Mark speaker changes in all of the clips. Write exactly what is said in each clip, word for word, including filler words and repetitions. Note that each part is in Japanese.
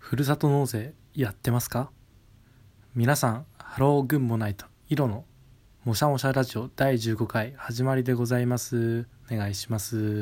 Speaker 1: ふるさと納税やってますか？皆さん、ハローグンモナイト、イロのもしゃもしゃラジオだいじゅうごかい始まりでございます。お願いします。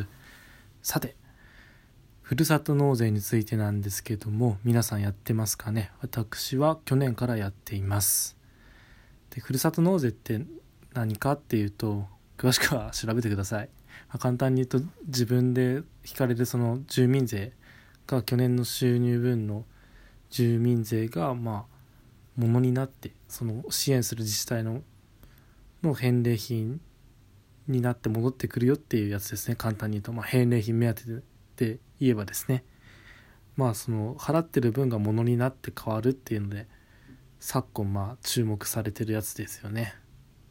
Speaker 1: さて、ふるさと納税についてなんですけども、皆さんやってますかね？私は去年からやっています。で、ふるさと納税って何かっていうと、詳しくは調べてください。まあ、簡単に言うと、自分で引かれるその住民税が去年の収入分の住民税がまあものになってその支援する自治体のの返礼品になって戻ってくるよっていうやつですね。簡単に言うと、まあ、返礼品目当てで言えばですね、まあその払ってる分がものになって変わるっていうので昨今まあ注目されてるやつですよね。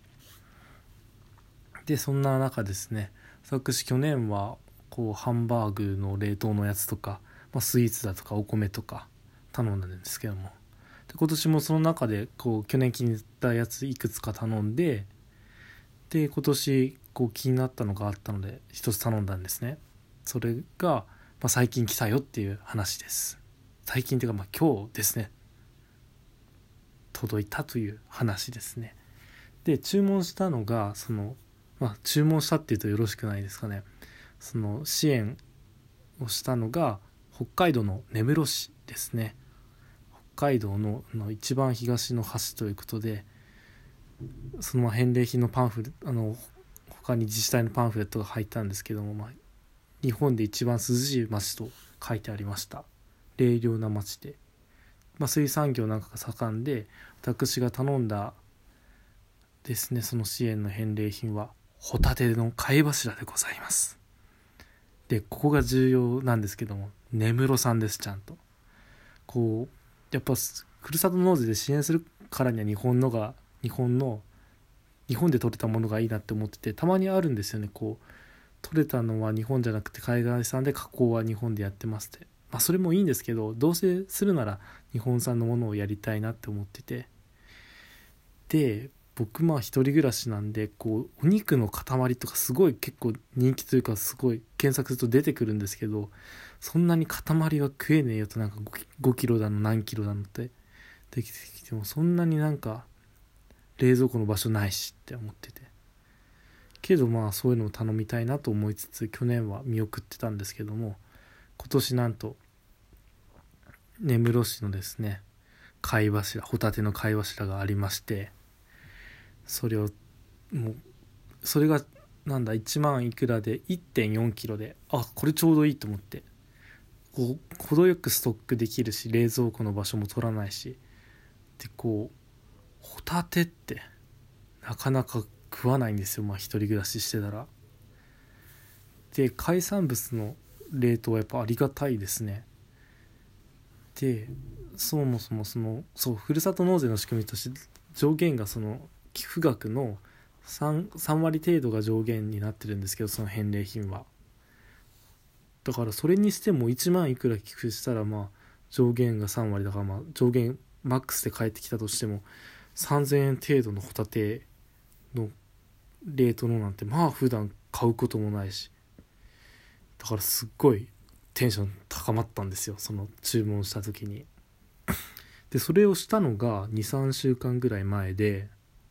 Speaker 1: でそんな中ですね、私去年はこうハンバーグの冷凍のやつとか、まあ、スイーツだとかお米とか頼んだんですけども、で今年もその中でこう去年気に入ったやついくつか頼んで、で今年こう気になったのがあったので一つ頼んだんですね。それが、まあ、最近来たよっていう話です。最近というかまあ今日ですね、届いたという話ですね。で注文したのがその、まあ、注文したっていうとよろしくないですかね。その支援をしたのが北海道の根室市ですね。北海道 の, の一番東の端ということで、その返礼品のパンフレあの他に自治体のパンフレットが入ったんですけども、まあ、日本で一番涼しい町と書いてありました。冷涼な町で、まあ、水産業なんかが盛んで、私が頼んだですねその支援の返礼品はホタテの貝柱でございます。でここが重要なんですけども、根室産です。ちゃんとこうやっぱふるさと納税で支援するからには日本のが日本の日本で取れたものがいいなって思ってて、たまにあるんですよね。こう取れたのは日本じゃなくて海外産で加工は日本でやってますって。まあそれもいいんですけど、どうせするなら日本産のものをやりたいなって思ってて、で僕まあ一人暮らしなんで、こうお肉の塊とかすごい結構人気というか、すごい検索すると出てくるんですけど、そんなに塊は食えねえよと、なんかごキロだの何キロだのってできてきても、そんなになんか冷蔵庫の場所ないしって思ってて、けどまあそういうのを頼みたいなと思いつつ去年は見送ってたんですけども、今年なんと根室市のですね貝柱、ホタテの貝柱がありまして、それをもうそれがなんだいちまんいくらで いってんよんキロで、あこれちょうどいいと思って、こう程よくストックできるし冷蔵庫の場所も取らないしで、こうホタテってなかなか食わないんですよ、まあ一人暮らししてたら。で海産物の冷凍はやっぱありがたいですね。でそもそもそのそうふるさと納税の仕組みとして上限がその寄付額の 3, さん割程度が上限になってるんですけど、その返礼品はだからそれにしてもいちまんいくら寄付したらまあ上限がさん割だから、まあ上限マックスで返ってきたとしてもさんぜんえん程度のホタテの冷凍のなんてまあ普段買うこともないし、だからすっごいテンション高まったんですよ、その注文した時に。でそれをしたのが にさんしゅうかんぐらい前で、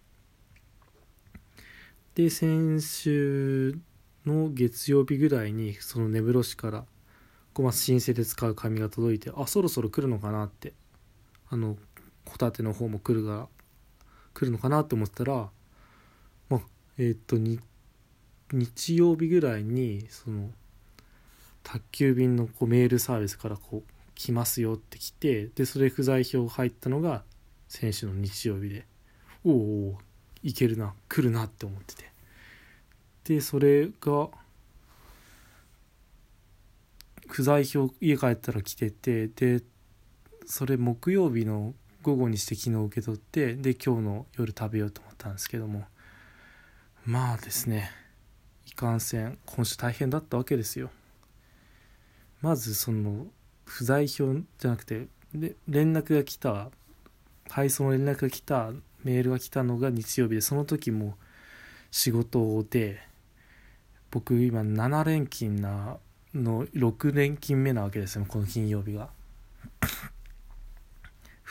Speaker 1: で先週の月曜日ぐらいにその根室市からこうまあ申請で使う紙が届いて、あそろそろ来るのかなって、あのホタテの方も来るが来るのかなって思ったら、まあえっ、ー、とに日曜日ぐらいにその宅急便のこうメールサービスからこう来ますよって来て、でそれ不在票入ったのが先週の日曜日で、おおいけるな来るなって思ってて、でそれが不在票家帰ったら来てて、でそれ木曜日の午後にして昨日受け取って、で今日の夜食べようと思ったんですけども、まあですねいかんせん今週大変だったわけですよ。まずその不在票じゃなくてで連絡が来た配送の連絡が来たメールが来たのが日曜日で、その時も仕事で、僕今なな連勤なのろく連勤目なわけですよ、この金曜日が。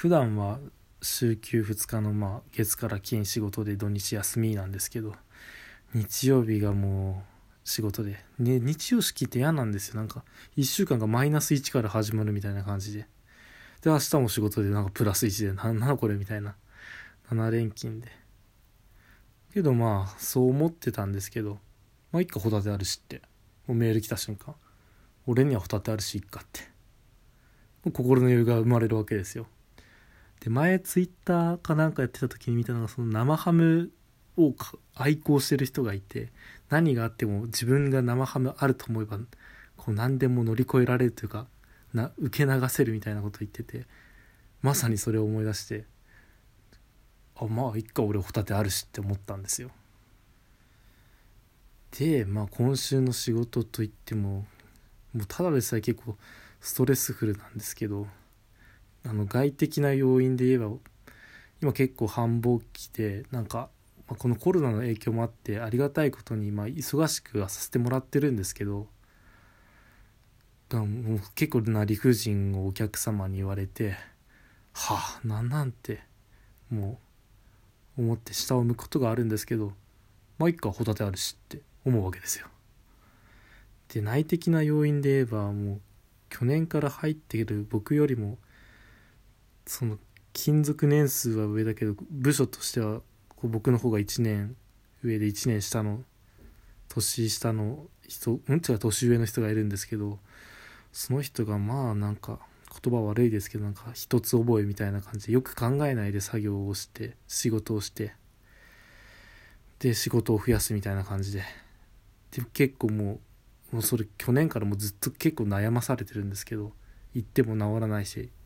Speaker 1: 普段は週休ふつかのまあ月から金仕事で土日休みなんですけど、日曜日がもう仕事で、ね、日曜式って嫌なんですよ。なんかいっしゅうかんがマイナスいちから始まるみたいな感じで、で明日も仕事でなんかプラスいちで、なんなのこれみたいな、なな連勤で。けどまあそう思ってたんですけど、まあ一家ホタテあるしって、もうメール来た瞬間、俺にはホタテあるし一家って、もう心の余裕が生まれるわけですよ。で前ツイッターかなんかやってた時に見たのが、その生ハムを愛好してる人がいて、何があっても自分が生ハムあると思えばこう何でも乗り越えられるというか、な受け流せるみたいなこと言ってて、まさにそれを思い出して、あまあ一家俺ホタテあるしって思ったんですよ。でまあ今週の仕事といっても、もうただでさえ結構ストレスフルなんですけど、あの外的な要因で言えば今結構繁忙期で、なんか、まあ、このコロナの影響もあってありがたいことにまあ忙しくはさせてもらってるんですけど、もう結構な理不尽をお客様に言われて、はあなんなんてもう思って下を向くことがあるんですけど、まあ一家ホタテあるしって思うわけですよ。で内的な要因で言えば、もう去年から入っている僕よりもその勤続年数は上だけど、部署としてはこう僕の方がいちねん上でいちねん下の年下の人、うんちは年上の人がいるんですけど、その人がまあなんか言葉悪いですけど、なんか一つ覚えみたいな感じでよく考えないで作業をして仕事をして、で仕事を増やすみたいな感じで、で結構もうもうそれ去年からもうずっと結構悩まされてるんですけど、言っても治らないし、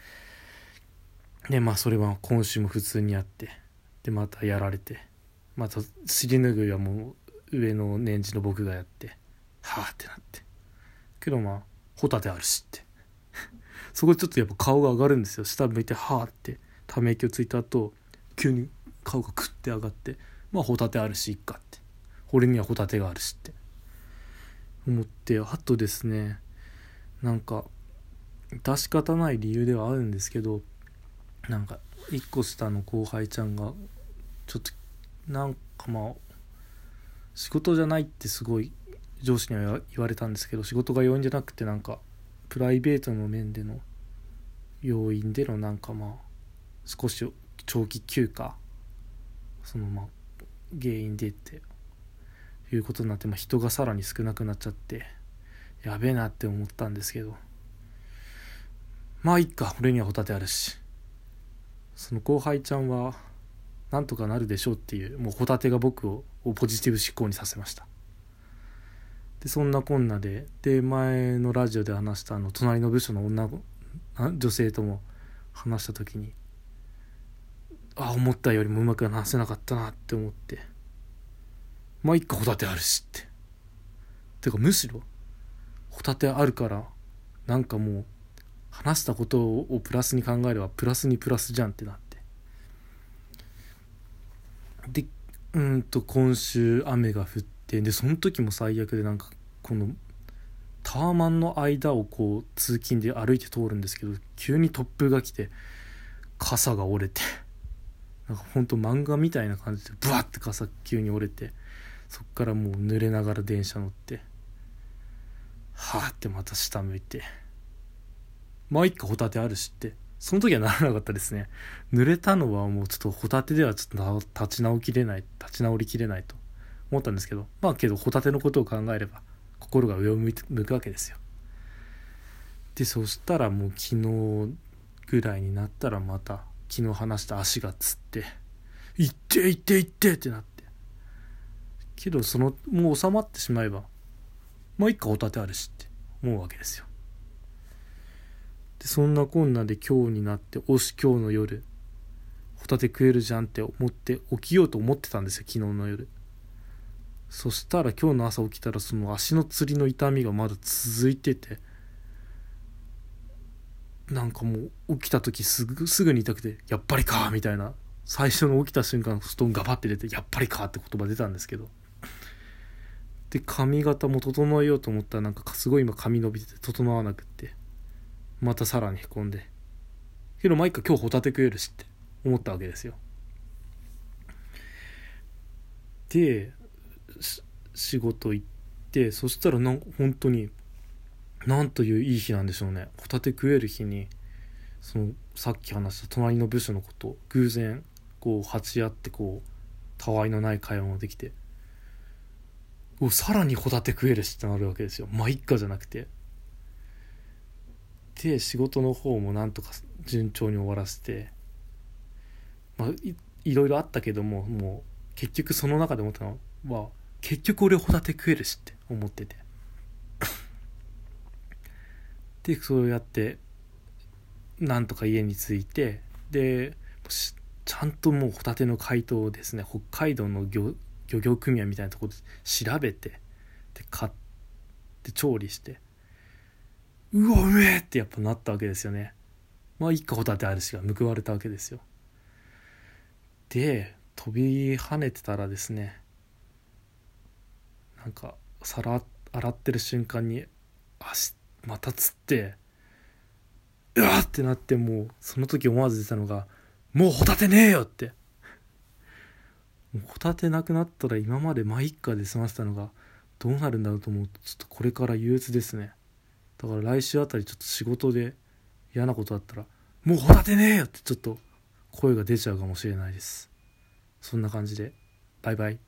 Speaker 1: でまあそれは今週も普通にやって、でまたやられて、また尻拭いはもう上の年次の僕がやって、はあってなって、けどまあホタテあるしってそこでちょっとやっぱ顔が上がるんですよ。下向いてはあってため息をついた後、急に顔がクッて上がって、まあホタテあるしいっかって、俺にはホタテがあるしって思って、あとですね、なんか致し方ない理由ではあるんですけど、なんかいっこ下の後輩ちゃんがちょっとなんかまあ仕事じゃないってすごい上司には言われたんですけど、仕事が要因じゃなくてなんかプライベートの面での要因でのなんかまあ少し長期休暇、そのまあ原因でっていうことになって、まあ、人がさらに少なくなっちゃってやべえなって思ったんですけど、まあいっか俺にはホタテあるし、その後輩ちゃんはなんとかなるでしょうっていう、もうホタテが僕をポジティブ思考にさせました。でそんなこんなで、で前のラジオで話したあの隣の部署の女女性とも話した時に、あ思ったよりもうまく話せなかったなって思って、まあ一個ホタテあるしって、てかむしろホタテあるからなんかもう話したことをプラスに考えればプラスにプラスじゃんってなって、でうんと今週雨が降って、でその時も最悪で、なんかこのタワマンの間をこう通勤で歩いて通るんですけど、急に突風が来て傘が折れて、なんかほんと漫画みたいな感じでブワッて傘急に折れて、そっからもう濡れながら電車乗って、はーってまた下向いて、まあ一個ホタテあるしって、その時はならなかったですね。濡れたのはもうちょっとホタテではちょっと立ち直りきれない立ち直りきれないと思ったんですけど、まあけどホタテのことを考えれば心が上を向いて向くわけですよ。でそしたらもう昨日ぐらいになったらまた昨日話した足がつって、行って行って行ってってなって、けどそのもう収まってしまえばもう一回ホタテあるしって思うわけですよ。でそんなこんなで今日になって、おし今日の夜ホタテ食えるじゃんって思って起きようと思ってたんですよ、昨日の夜。そしたら今日の朝起きたらその足のつりの痛みがまだ続いてて、なんかもう起きた時すぐすぐに痛くて、やっぱりかみたいな、最初の起きた瞬間布団ガバって出てやっぱりかって言葉出たんですけど、で髪型も整えようと思ったらなんかすごい今髪伸びてて整わなくって、またさらにへこんで、 けどまあいっか、今日ホタテ食えるしって思ったわけですよ。で仕事行って、そしたらなん本当になんといういい日なんでしょうね。ホタテ食える日に、そのさっき話した隣の部署のこと偶然こう鉢合って、こうたわいのない会話もできて、おさらにホタテ食えるしってなるわけですよ。まあいっかじゃなくて。で仕事の方もなんとか順調に終わらせて、まあ い, いろいろあったけども、もう結局その中で思ったのは、結局俺ホタテ食えるしって思っててでそうやってなんとか家に着いて、でちゃんともうホタテの解凍をですね、北海道の 漁, 漁業組合みたいなところで調べて、で買って調理して、うわうめえってやっぱなったわけですよね。まあ一家ホタテあるしが報われたわけですよ。で飛び跳ねてたらですね、なんか皿洗ってる瞬間に足またつって、うわーってなって、もうその時思わず出たのが、もうホタテねえよって。もうホタテなくなったら今までマイッカで済ませたのがどうなるんだろうと思うと、ちょっとこれから憂鬱ですね。だから来週あたりちょっと仕事で嫌なことあったら、もうホタテねえよってちょっと声が出ちゃうかもしれないです。そんな感じでバイバイ。